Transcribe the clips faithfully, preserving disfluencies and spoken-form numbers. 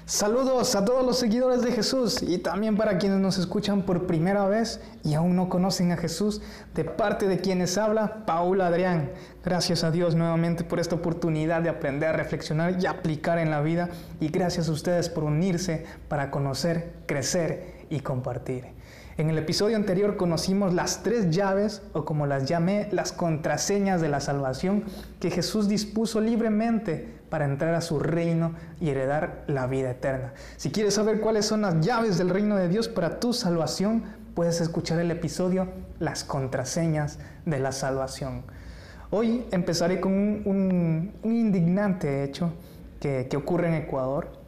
Saludos a todos los seguidores de Jesús y también para quienes nos escuchan por primera vez y aún no conocen a Jesús, de parte de quienes habla Paul Adrián. Gracias a Dios nuevamente por esta oportunidad de aprender a reflexionar y aplicar en la vida, y gracias a ustedes por unirse para conocer, crecer y compartir. En el episodio anterior conocimos las tres llaves, o como las llamé, las contraseñas de la salvación que Jesús dispuso libremente para entrar a su reino y heredar la vida eterna. Si quieres saber cuáles son las llaves del reino de Dios para tu salvación, puedes escuchar el episodio Las contraseñas de la salvación. Hoy empezaré con un, un, un indignante hecho que, que ocurre en Ecuador.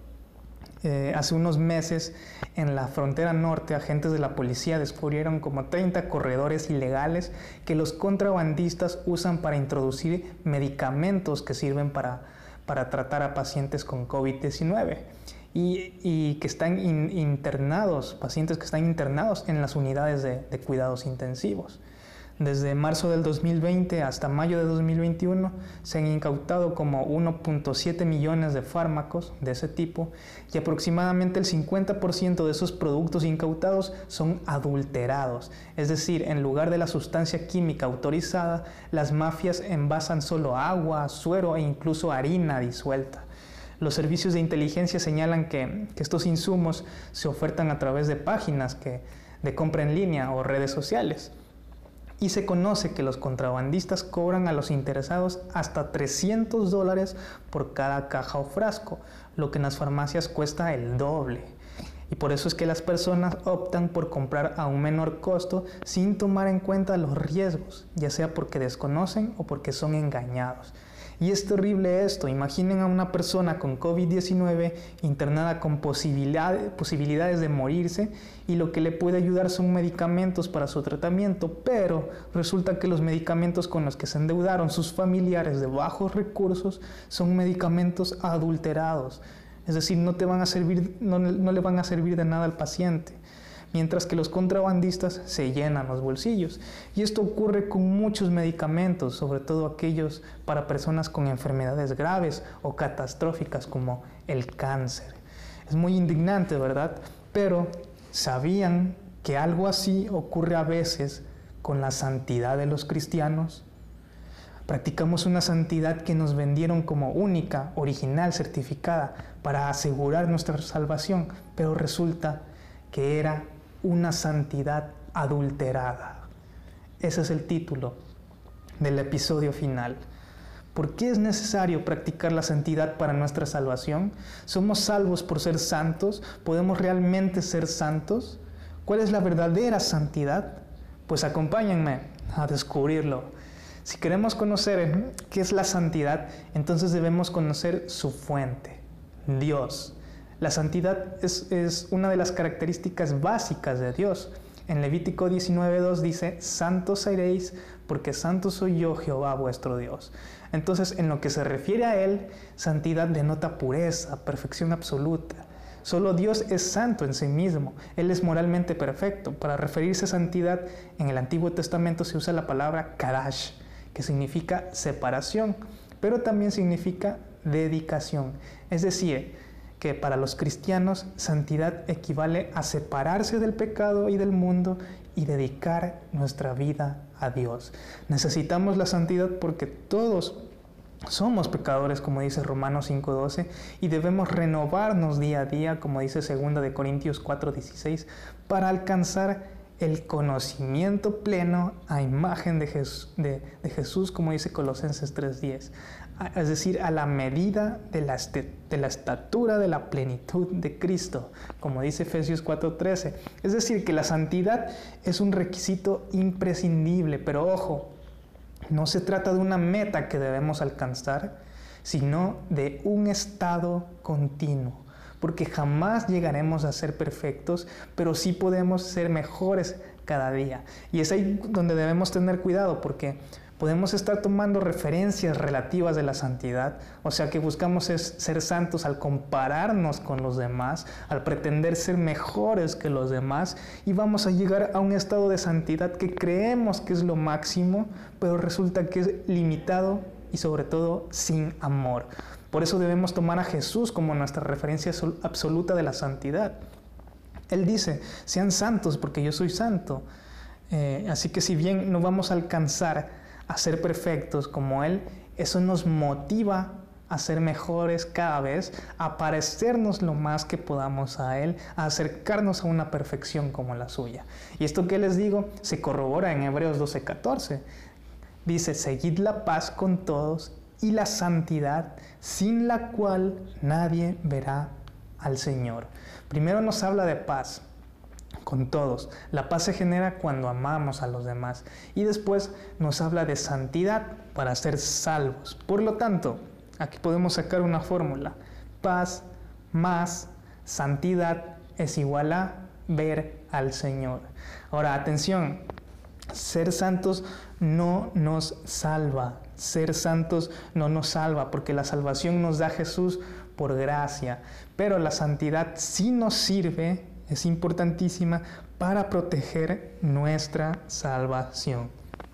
Eh, hace unos meses, en la frontera norte, agentes de la policía descubrieron como treinta corredores ilegales que los contrabandistas usan para introducir medicamentos que sirven para, para tratar a pacientes con COVID diecinueve y, y que están in, internados, pacientes que están internados en las unidades de, de cuidados intensivos. Desde marzo del dos mil veinte hasta mayo de dos mil veintiuno se han incautado como uno punto siete millones de fármacos de ese tipo, y aproximadamente el cincuenta por ciento de esos productos incautados son adulterados. Es decir, en lugar de la sustancia química autorizada, las mafias envasan solo agua, suero e incluso harina disuelta. Los servicios de inteligencia señalan que, que estos insumos se ofertan a través de páginas que, de compra en línea o redes sociales. Y se conoce que los contrabandistas cobran a los interesados hasta trescientos dólares por cada caja o frasco, lo que en las farmacias cuesta el doble. Y por eso es que las personas optan por comprar a un menor costo sin tomar en cuenta los riesgos, ya sea porque desconocen o porque son engañados. Y es terrible esto. Imaginen a una persona con COVID diecinueve internada con posibilidad, posibilidades de morirse, y lo que le puede ayudar son medicamentos para su tratamiento, pero resulta que los medicamentos con los que se endeudaron sus familiares de bajos recursos son medicamentos adulterados. Es decir, no, te van a servir, no, no le van a servir de nada al paciente, mientras que los contrabandistas se llenan los bolsillos. Y esto ocurre con muchos medicamentos, sobre todo aquellos para personas con enfermedades graves o catastróficas como el cáncer. Es muy indignante, ¿verdad? Pero ¿sabían que algo así ocurre a veces con la santidad de los cristianos? Practicamos una santidad que nos vendieron como única, original, certificada para asegurar nuestra salvación, pero resulta que era una santidad adulterada. Ese es el título del episodio final. ¿Por qué es necesario practicar la santidad para nuestra salvación? ¿Somos salvos por ser santos? ¿Podemos realmente ser santos? ¿Cuál es la verdadera santidad? Pues acompáñenme a descubrirlo. Si queremos conocer qué es la santidad, entonces debemos conocer su fuente, Dios. La santidad es, es una de las características básicas de Dios. En Levítico diecinueve dos dice: santos seréis, porque santo soy yo, Jehová vuestro Dios. Entonces, en lo que se refiere a Él, santidad denota pureza, perfección absoluta. Solo Dios es santo en sí mismo. Él es moralmente perfecto. Para referirse a santidad, en el Antiguo Testamento se usa la palabra kadash, que significa separación, pero también significa dedicación. Es decir, que para los cristianos santidad equivale a separarse del pecado y del mundo y dedicar nuestra vida a Dios. Necesitamos la santidad porque todos somos pecadores, como dice Romanos cinco doce, y debemos renovarnos día a día, como dice segunda de Corintios cuatro dieciséis, para alcanzar el conocimiento pleno a imagen de Jesús, de, de Jesús, como dice Colosenses tres diez, es decir, a la medida de la, de la estatura de la plenitud de Cristo, como dice Efesios cuatro trece. Es decir, que la santidad es un requisito imprescindible, pero ojo, no se trata de una meta que debemos alcanzar, sino de un estado continuo. Porque jamás llegaremos a ser perfectos, pero sí podemos ser mejores cada día. Y es ahí donde debemos tener cuidado, porque podemos estar tomando referencias relativas de la santidad, o sea que buscamos es ser santos al compararnos con los demás, al pretender ser mejores que los demás, y vamos a llegar a un estado de santidad que creemos que es lo máximo, pero resulta que es limitado y sobre todo sin amor. Por eso debemos tomar a Jesús como nuestra referencia absoluta de la santidad. Él dice, sean santos porque yo soy santo. Eh, así que si bien no vamos a alcanzar a ser perfectos como Él, eso nos motiva a ser mejores cada vez, a parecernos lo más que podamos a Él, a acercarnos a una perfección como la suya. Y esto que les digo se corrobora en Hebreos doce catorce. Dice, seguid la paz con todos y la santidad, sin la cual nadie verá al Señor. Primero nos habla de paz con todos. La paz se genera cuando amamos a los demás. Y después nos habla de santidad para ser salvos. Por lo tanto, aquí podemos sacar una fórmula. Paz más santidad es igual a ver al Señor. Ahora, atención, ser santos no nos salva. Ser santos no nos salva, porque la salvación nos da Jesús por gracia. Pero la santidad sí nos sirve, es importantísima, para proteger nuestra salvación.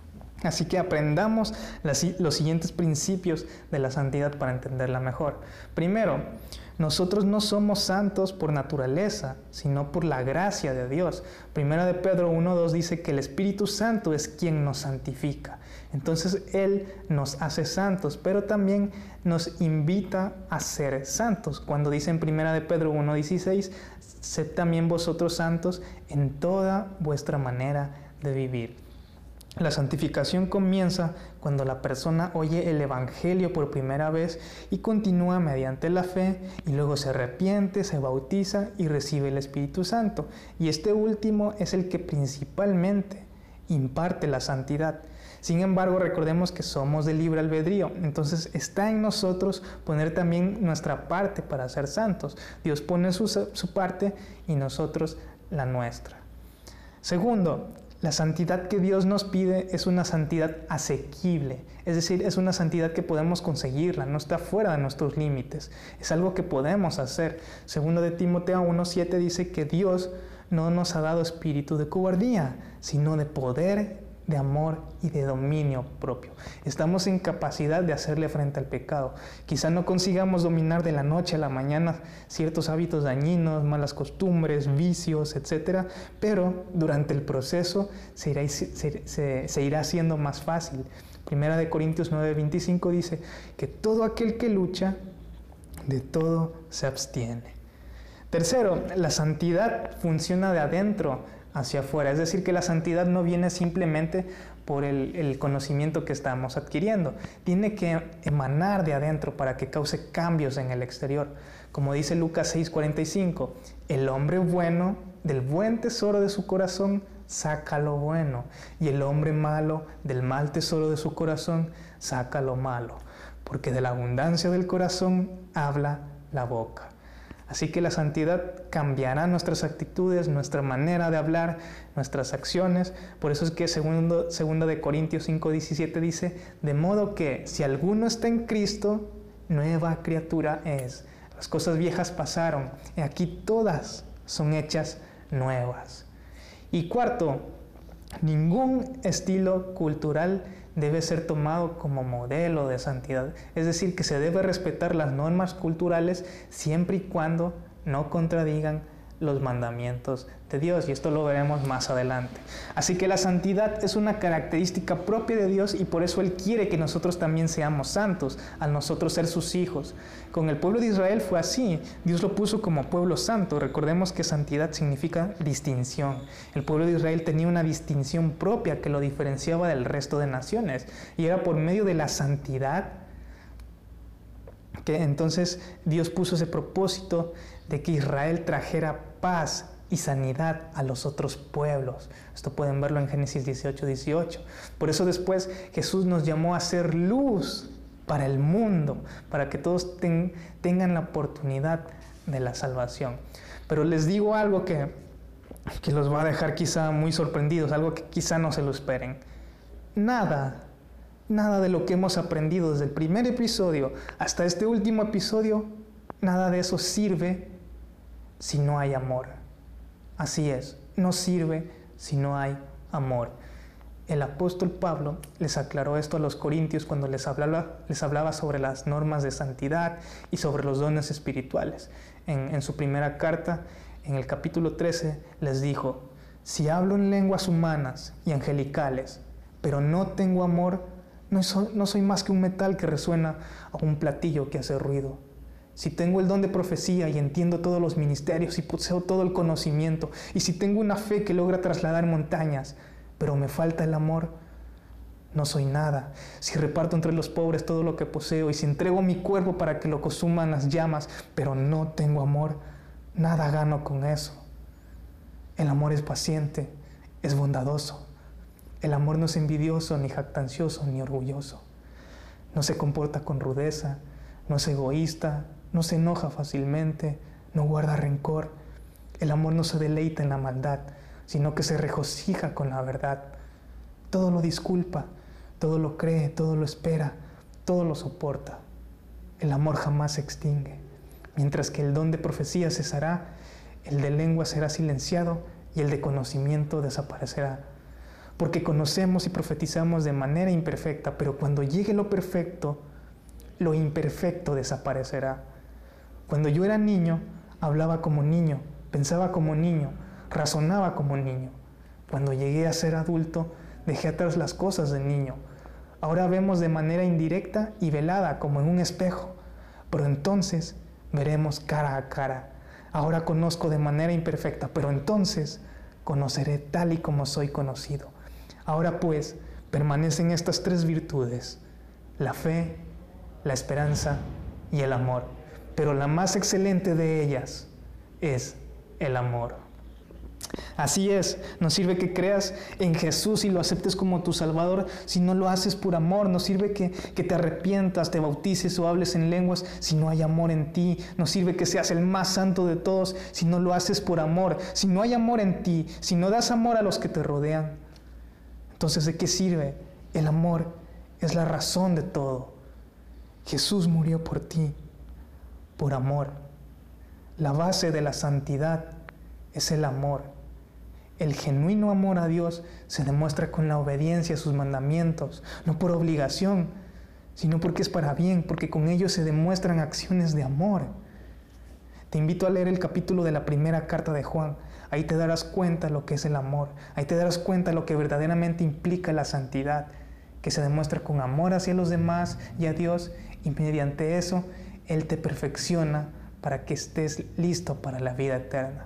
Así que aprendamos las, los siguientes principios de la santidad para entenderla mejor. Primero, nosotros no somos santos por naturaleza, sino por la gracia de Dios. Primera de Pedro uno dos dice que el Espíritu Santo es quien nos santifica. Entonces Él nos hace santos, pero también nos invita a ser santos. Cuando dice en Primera de Pedro uno dieciséis, sed también vosotros santos en toda vuestra manera de vivir. La santificación comienza cuando la persona oye el Evangelio por primera vez y continúa mediante la fe, y luego se arrepiente, se bautiza y recibe el Espíritu Santo. Y este último es el que principalmente imparte la santidad. Sin embargo, recordemos que somos de libre albedrío, entonces está en nosotros poner también nuestra parte para ser santos. Dios pone su, su parte y nosotros la nuestra. Segundo, la santidad que Dios nos pide es una santidad asequible, es decir, es una santidad que podemos conseguirla, no está fuera de nuestros límites, es algo que podemos hacer. Segundo de Timoteo uno siete dice que Dios no nos ha dado espíritu de cobardía, sino de poder, de amor y de dominio propio. Estamos en capacidad de hacerle frente al pecado. Quizá no consigamos dominar de la noche a la mañana ciertos hábitos dañinos, malas costumbres, vicios, etcétera, pero durante el proceso se irá, se, se, se irá haciendo más fácil. Primera de Corintios nueve veinticinco dice que todo aquel que lucha, de todo se abstiene. Tercero, la santidad funciona de adentro hacia afuera, es decir, que la santidad no viene simplemente por el, el conocimiento que estamos adquiriendo, tiene que emanar de adentro para que cause cambios en el exterior. Como dice Lucas seis cuarenta y cinco, el hombre bueno del buen tesoro de su corazón saca lo bueno, y el hombre malo del mal tesoro de su corazón saca lo malo, porque de la abundancia del corazón habla la boca. Así que la santidad cambiará nuestras actitudes, nuestra manera de hablar, nuestras acciones. Por eso es que segundo, segunda de Corintios cinco diecisiete dice, de modo que si alguno está en Cristo, nueva criatura es. Las cosas viejas pasaron, y aquí todas son hechas nuevas. Y cuarto, ningún estilo cultural debe ser tomado como modelo de santidad. Es decir, que se debe respetar las normas culturales siempre y cuando no contradigan los mandamientos de Dios, y esto lo veremos más adelante. Así que la santidad es una característica propia de Dios, y por eso Él quiere que nosotros también seamos santos, al nosotros ser sus hijos. Con el pueblo de Israel fue así, Dios lo puso como pueblo santo. Recordemos que santidad significa distinción. El pueblo de Israel tenía una distinción propia que lo diferenciaba del resto de naciones, y era por medio de la santidad que entonces Dios puso ese propósito de que Israel trajera paz y sanidad a los otros pueblos. Esto pueden verlo en Génesis dieciocho dieciocho. Por eso después Jesús nos llamó a ser luz para el mundo, para que todos ten, tengan la oportunidad de la salvación. Pero les digo algo que, que los va a dejar quizá muy sorprendidos, algo que quizá no se lo esperen. Nada Nada de lo que hemos aprendido desde el primer episodio hasta este último episodio, nada de eso sirve si no hay amor. Así es, no sirve si no hay amor. El apóstol Pablo les aclaró esto a los corintios cuando les hablaba, les hablaba sobre las normas de santidad y sobre los dones espirituales. En, en su primera carta, en el capítulo trece, les dijo: si hablo en lenguas humanas y angelicales, pero no tengo amor, no soy, no soy más que un metal que resuena a un platillo que hace ruido. Si tengo el don de profecía y entiendo todos los ministerios y poseo todo el conocimiento, y si tengo una fe que logra trasladar montañas, pero me falta el amor, no soy nada. Si reparto entre los pobres todo lo que poseo y si entrego mi cuerpo para que lo consuman las llamas, pero no tengo amor, nada gano con eso. El amor es paciente, es bondadoso. El amor no es envidioso, ni jactancioso, ni orgulloso. No se comporta con rudeza, no es egoísta, no se enoja fácilmente, no guarda rencor. El amor no se deleita en la maldad, sino que se regocija con la verdad. Todo lo disculpa, todo lo cree, todo lo espera, todo lo soporta. El amor jamás se extingue. Mientras que el don de profecía cesará, el de lengua será silenciado y el de conocimiento desaparecerá. Porque conocemos y profetizamos de manera imperfecta, pero cuando llegue lo perfecto, lo imperfecto desaparecerá. Cuando yo era niño, hablaba como niño, pensaba como niño, razonaba como niño. Cuando llegué a ser adulto, dejé atrás las cosas de niño. Ahora vemos de manera indirecta y velada como en un espejo, pero entonces veremos cara a cara. Ahora conozco de manera imperfecta, pero entonces conoceré tal y como soy conocido. Ahora pues permanecen estas tres virtudes: la fe, la esperanza y el amor. Pero la más excelente de ellas es el amor. Así es, no sirve que creas en Jesús y lo aceptes como tu Salvador si no lo haces por amor. No sirve que, que te arrepientas, te bautices o hables en lenguas si no hay amor en ti. No sirve que seas el más santo de todos si no lo haces por amor. Si no hay amor en ti, si no das amor a los que te rodean, entonces ¿de qué sirve? El amor es la razón de todo. Jesús murió por ti, por amor. La base de la santidad es el amor. El genuino amor a Dios se demuestra con la obediencia a sus mandamientos, no por obligación, sino porque es para bien, porque con ellos se demuestran acciones de amor. Te invito a leer el capítulo de la primera carta de Juan. Ahí te darás cuenta lo que es el amor. Ahí te darás cuenta lo que verdaderamente implica la santidad, que se demuestra con amor hacia los demás y a Dios, y mediante eso Él te perfecciona para que estés listo para la vida eterna.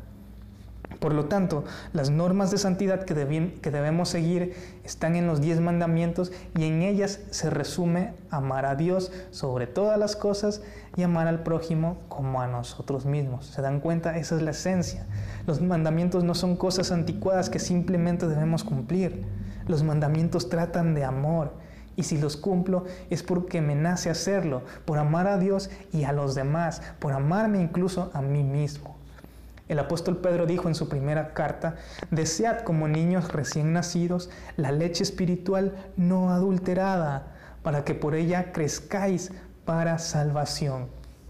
Por lo tanto, las normas de santidad que, debi- que debemos seguir están en los diez mandamientos, y en ellas se resume amar a Dios sobre todas las cosas y amar al prójimo como a nosotros mismos. ¿Se dan cuenta? Esa es la esencia. Los mandamientos no son cosas anticuadas que simplemente debemos cumplir. Los mandamientos tratan de amor, y si los cumplo es porque me nace hacerlo, por amar a Dios y a los demás, por amarme incluso a mí mismo. El apóstol Pedro dijo en su primera carta: desead como niños recién nacidos la leche espiritual no adulterada, para que por ella crezcáis para salvación.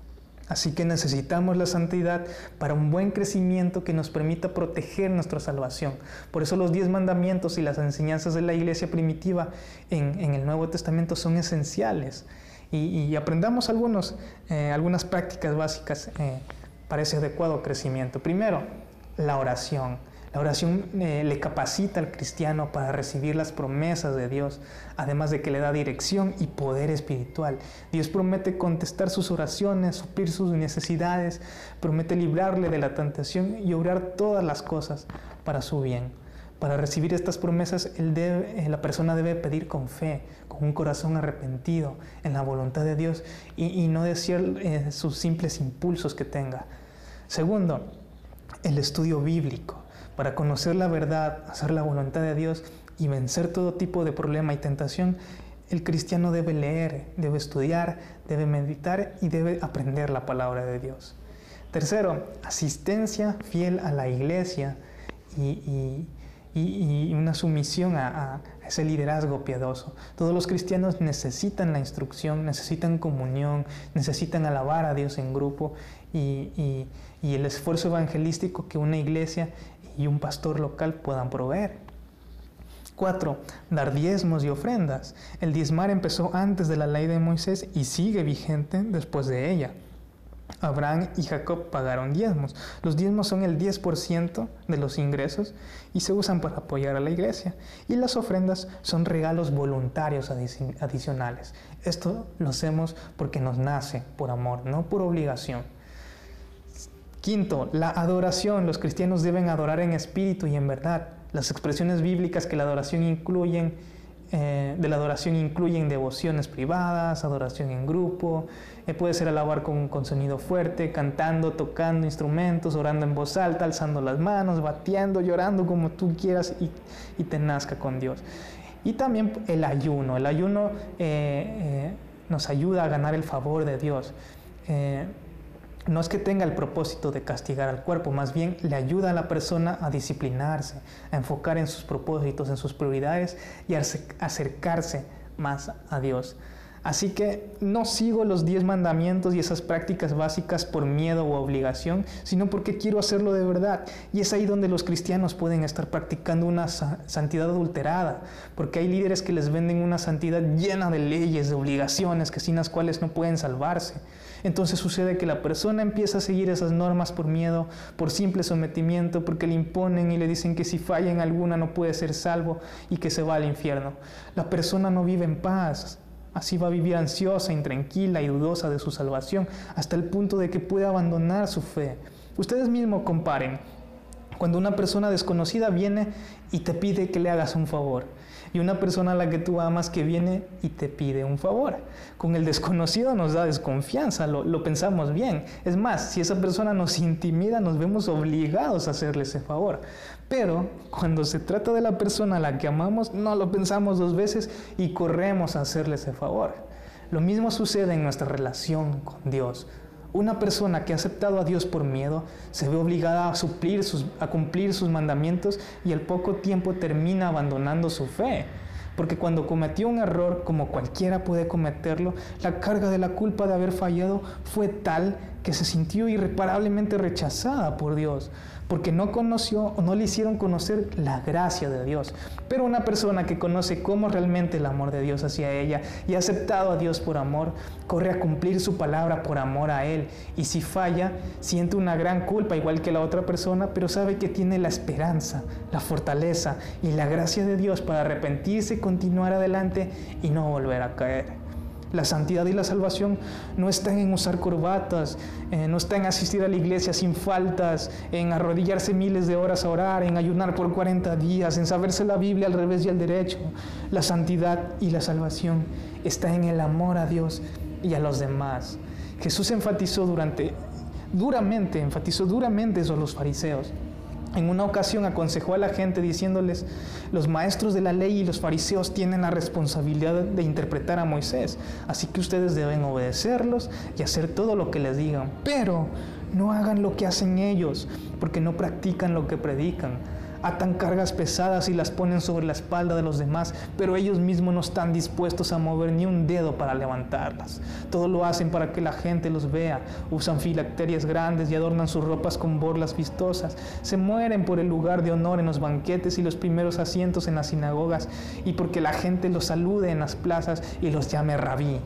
Así que necesitamos la santidad para un buen crecimiento que nos permita proteger nuestra salvación. Por eso los diez mandamientos y las enseñanzas de la iglesia primitiva en, en el Nuevo Testamento son esenciales. Y, y aprendamos algunos, eh, algunas prácticas básicas eh, para ese adecuado crecimiento. Primero, la oración. La oración eh, le capacita al cristiano para recibir las promesas de Dios, además de que le da dirección y poder espiritual. Dios promete contestar sus oraciones, suplir sus necesidades, promete librarle de la tentación y obrar todas las cosas para su bien. Para recibir estas promesas, él debe, la persona debe pedir con fe, con un corazón arrepentido en la voluntad de Dios, y, y no desear eh, sus simples impulsos que tenga. Segundo, el estudio bíblico. Para conocer la verdad, hacer la voluntad de Dios y vencer todo tipo de problema y tentación, el cristiano debe leer, debe estudiar, debe meditar y debe aprender la palabra de Dios. Tercero, asistencia fiel a la iglesia y, y, y, y una sumisión a, a ese liderazgo piadoso. Todos los cristianos necesitan la instrucción, necesitan comunión, necesitan alabar a Dios en grupo y, y, y el esfuerzo evangelístico que una iglesia y un pastor local puedan proveer. Cuatro, dar diezmos y ofrendas. El diezmar empezó antes de la ley de Moisés y sigue vigente después de ella. Abraham y Jacob pagaron diezmos. Los diezmos son el diez por ciento de los ingresos y se usan para apoyar a la iglesia. Y las ofrendas son regalos voluntarios adicionales. Esto lo hacemos porque nos nace por amor, no por obligación. Quinto, la adoración. Los cristianos deben adorar en espíritu y en verdad. Las expresiones bíblicas que la adoración incluyen, eh, de la adoración incluyen devociones privadas, adoración en grupo, eh, puede ser alabar con, con sonido fuerte, cantando, tocando instrumentos, orando en voz alta, alzando las manos, bateando, llorando, como tú quieras y, y te nazca con Dios. Y también el ayuno. El ayuno eh, eh, nos ayuda a ganar el favor de Dios. Eh, No es que tenga el propósito de castigar al cuerpo, más bien le ayuda a la persona a disciplinarse, a enfocar en sus propósitos, en sus prioridades y a acercarse más a Dios. Así que no sigo los diez mandamientos y esas prácticas básicas por miedo o obligación, sino porque quiero hacerlo de verdad. Y es ahí donde los cristianos pueden estar practicando una santidad adulterada, porque hay líderes que les venden una santidad llena de leyes, de obligaciones, que sin las cuales no pueden salvarse. Entonces sucede que la persona empieza a seguir esas normas por miedo, por simple sometimiento, porque le imponen y le dicen que si falla en alguna no puede ser salvo y que se va al infierno. La persona no vive en paz. Así va a vivir ansiosa, intranquila y dudosa de su salvación, hasta el punto de que puede abandonar su fe. Ustedes mismos comparen. Cuando una persona desconocida viene y te pide que le hagas un favor, y una persona a la que tú amas que viene y te pide un favor. Con el desconocido nos da desconfianza, lo, lo pensamos bien. Es más, si esa persona nos intimida, nos vemos obligados a hacerle ese favor. Pero cuando se trata de la persona a la que amamos, no lo pensamos dos veces y corremos a hacerle ese favor. Lo mismo sucede en nuestra relación con Dios. Una persona que ha aceptado a Dios por miedo se ve obligada a, suplir sus, a cumplir sus mandamientos y al poco tiempo termina abandonando su fe. Porque cuando cometió un error, como cualquiera puede cometerlo, la carga de la culpa de haber fallado fue tal que se sintió irreparablemente rechazada por Dios, porque no conoció o no le hicieron conocer la gracia de Dios. Pero una persona que conoce cómo realmente el amor de Dios hacia ella y ha aceptado a Dios por amor, corre a cumplir su palabra por amor a Él. Y si falla, siente una gran culpa igual que la otra persona, pero sabe que tiene la esperanza, la fortaleza y la gracia de Dios para arrepentirse, continuar adelante y no volver a caer. La santidad y la salvación no están en usar corbatas, eh, no está en asistir a la iglesia sin faltas, en arrodillarse miles de horas a orar, en ayunar por cuarenta días, en saberse la Biblia al revés y al derecho. La santidad y la salvación está en el amor a Dios y a los demás. Jesús enfatizó durante, duramente, enfatizó duramente eso a los fariseos. En una ocasión aconsejó a la gente diciéndoles: los maestros de la ley y los fariseos tienen la responsabilidad de interpretar a Moisés, así que ustedes deben obedecerlos y hacer todo lo que les digan, pero no hagan lo que hacen ellos, porque no practican lo que predican. Atan cargas pesadas y las ponen sobre la espalda de los demás, pero ellos mismos no están dispuestos a mover ni un dedo para levantarlas. Todo lo hacen para que la gente los vea. Usan filacterias grandes y adornan sus ropas con borlas vistosas. Se mueren por el lugar de honor en los banquetes y los primeros asientos en las sinagogas, y porque la gente los salude en las plazas y los llame rabí.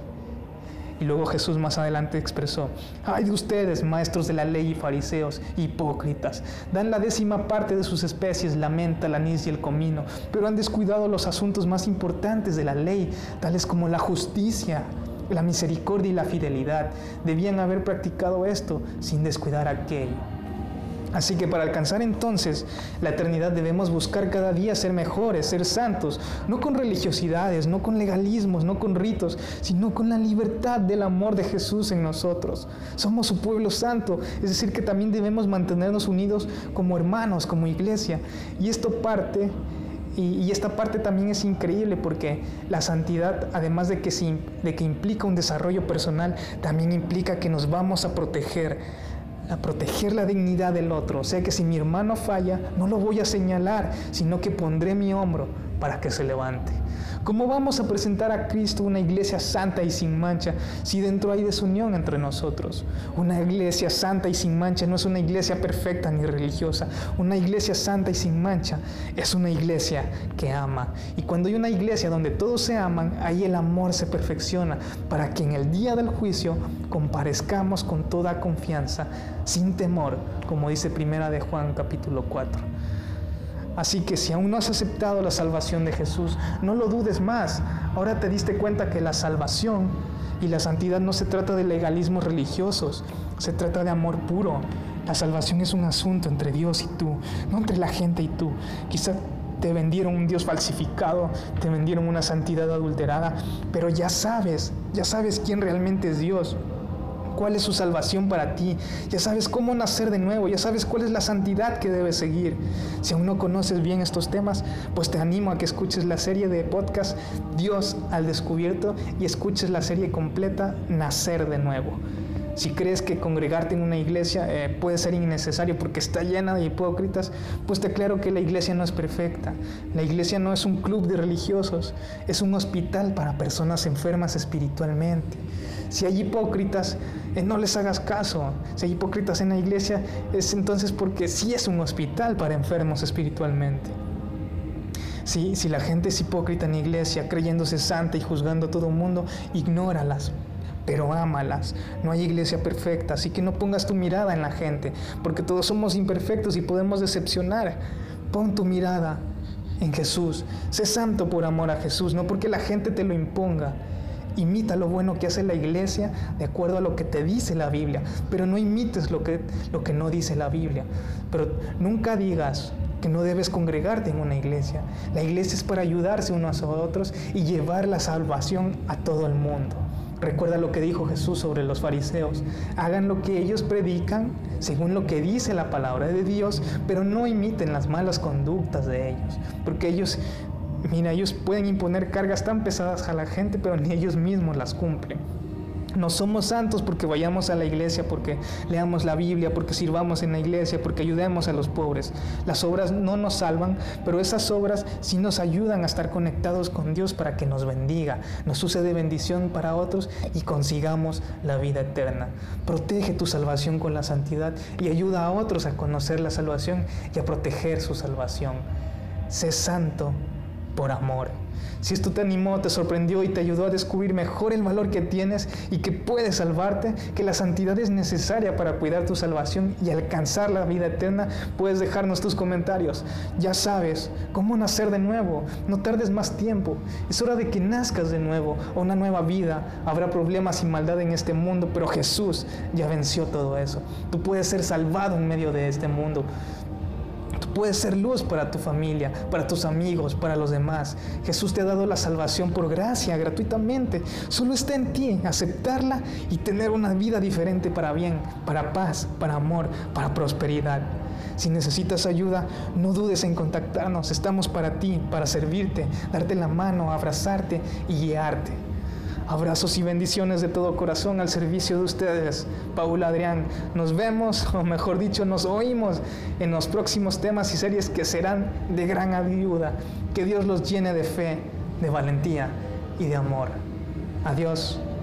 Y luego Jesús más adelante expresó: ¡ay de ustedes, maestros de la ley y fariseos, hipócritas! Dan la décima parte de sus especies, la menta, el anís y el comino, pero han descuidado los asuntos más importantes de la ley, tales como la justicia, la misericordia y la fidelidad. Debían haber practicado esto sin descuidar aquello. Así que para alcanzar entonces la eternidad debemos buscar cada día ser mejores, ser santos, no con religiosidades, no con legalismos, no con ritos, sino con la libertad del amor de Jesús en nosotros. Somos su pueblo santo, es decir, que también debemos mantenernos unidos como hermanos, como iglesia. Y esto parte... Y, y esta parte también es increíble porque la santidad, además de que, se, de que implica un desarrollo personal, también implica que nos vamos a proteger, a proteger la dignidad del otro. O sea que si mi hermano falla, no lo voy a señalar, sino que pondré mi hombro para que se levante? ¿Cómo vamos a presentar a Cristo una iglesia santa y sin mancha si dentro hay desunión entre nosotros? Una iglesia santa y sin mancha no es una iglesia perfecta ni religiosa. Una iglesia santa y sin mancha es una iglesia que ama. Y cuando hay una iglesia donde todos se aman, ahí el amor se perfecciona para que en el día del juicio comparezcamos con toda confianza, sin temor, como dice Primera de Juan capítulo cuatro. Así que si aún no has aceptado la salvación de Jesús, no lo dudes más. Ahora te diste cuenta que la salvación y la santidad no se trata de legalismos religiosos, se trata de amor puro. La salvación es un asunto entre Dios y tú, no entre la gente y tú. Quizá te vendieron un Dios falsificado, te vendieron una santidad adulterada, pero ya sabes, ya sabes quién realmente es Dios. ¿Cuál es su salvación para ti? Ya sabes cómo nacer de nuevo, ya sabes cuál es la santidad que debes seguir. Si aún no conoces bien estos temas, pues te animo a que escuches la serie de podcast Dios al Descubierto y escuches la serie completa Nacer de Nuevo. Si crees que congregarte en una iglesia eh, puede ser innecesario porque está llena de hipócritas, pues te aclaro que la iglesia no es perfecta. La iglesia no es un club de religiosos, es un hospital para personas enfermas espiritualmente. Si hay hipócritas, eh, no les hagas caso. Si hay hipócritas en la iglesia, es entonces porque sí es un hospital para enfermos espiritualmente. Sí, si la gente es hipócrita en la iglesia, creyéndose santa y juzgando a todo el mundo, ignóralas, pero ámalas. No hay iglesia perfecta, así que no pongas tu mirada en la gente, porque todos somos imperfectos y podemos decepcionar. Pon tu mirada en Jesús. Sé santo por amor a Jesús, no porque la gente te lo imponga. Imita lo bueno que hace la iglesia de acuerdo a lo que te dice la Biblia, pero no imites lo que, lo que no dice la Biblia. Pero nunca digas que no debes congregarte en una iglesia. La iglesia es para ayudarse unos a otros y llevar la salvación a todo el mundo. Recuerda lo que dijo Jesús sobre los fariseos. Hagan lo que ellos predican según lo que dice la palabra de Dios, pero no imiten las malas conductas de ellos, porque ellos Mira, ellos pueden imponer cargas tan pesadas a la gente, pero ni ellos mismos las cumplen. No somos santos porque vayamos a la iglesia, porque leamos la Biblia, porque sirvamos en la iglesia, porque ayudemos a los pobres. Las obras no nos salvan, pero esas obras sí nos ayudan a estar conectados con Dios para que nos bendiga, nos use de bendición para otros y consigamos la vida eterna. Protege tu salvación con la santidad y ayuda a otros a conocer la salvación y a proteger su salvación. Sé santo por amor. Si esto te animó, te sorprendió y te ayudó a descubrir mejor el valor que tienes y que puedes salvarte, que la santidad es necesaria para cuidar tu salvación y alcanzar la vida eterna, puedes dejarnos tus comentarios. Ya sabes cómo nacer de nuevo. No tardes más tiempo. Es hora de que nazcas de nuevo a una nueva vida. Habrá problemas y maldad en este mundo, pero Jesús ya venció todo eso. Tú puedes ser salvado en medio de este mundo. Puedes ser luz para tu familia, para tus amigos, para los demás. Jesús te ha dado la salvación por gracia, gratuitamente. Solo está en ti aceptarla y tener una vida diferente para bien, para paz, para amor, para prosperidad. Si necesitas ayuda, no dudes en contactarnos. Estamos para ti, para servirte, darte la mano, abrazarte y guiarte. Abrazos y bendiciones de todo corazón al servicio de ustedes, Paula Adrián. Nos vemos, o mejor dicho, nos oímos en los próximos temas y series que serán de gran ayuda. Que Dios los llene de fe, de valentía y de amor. Adiós.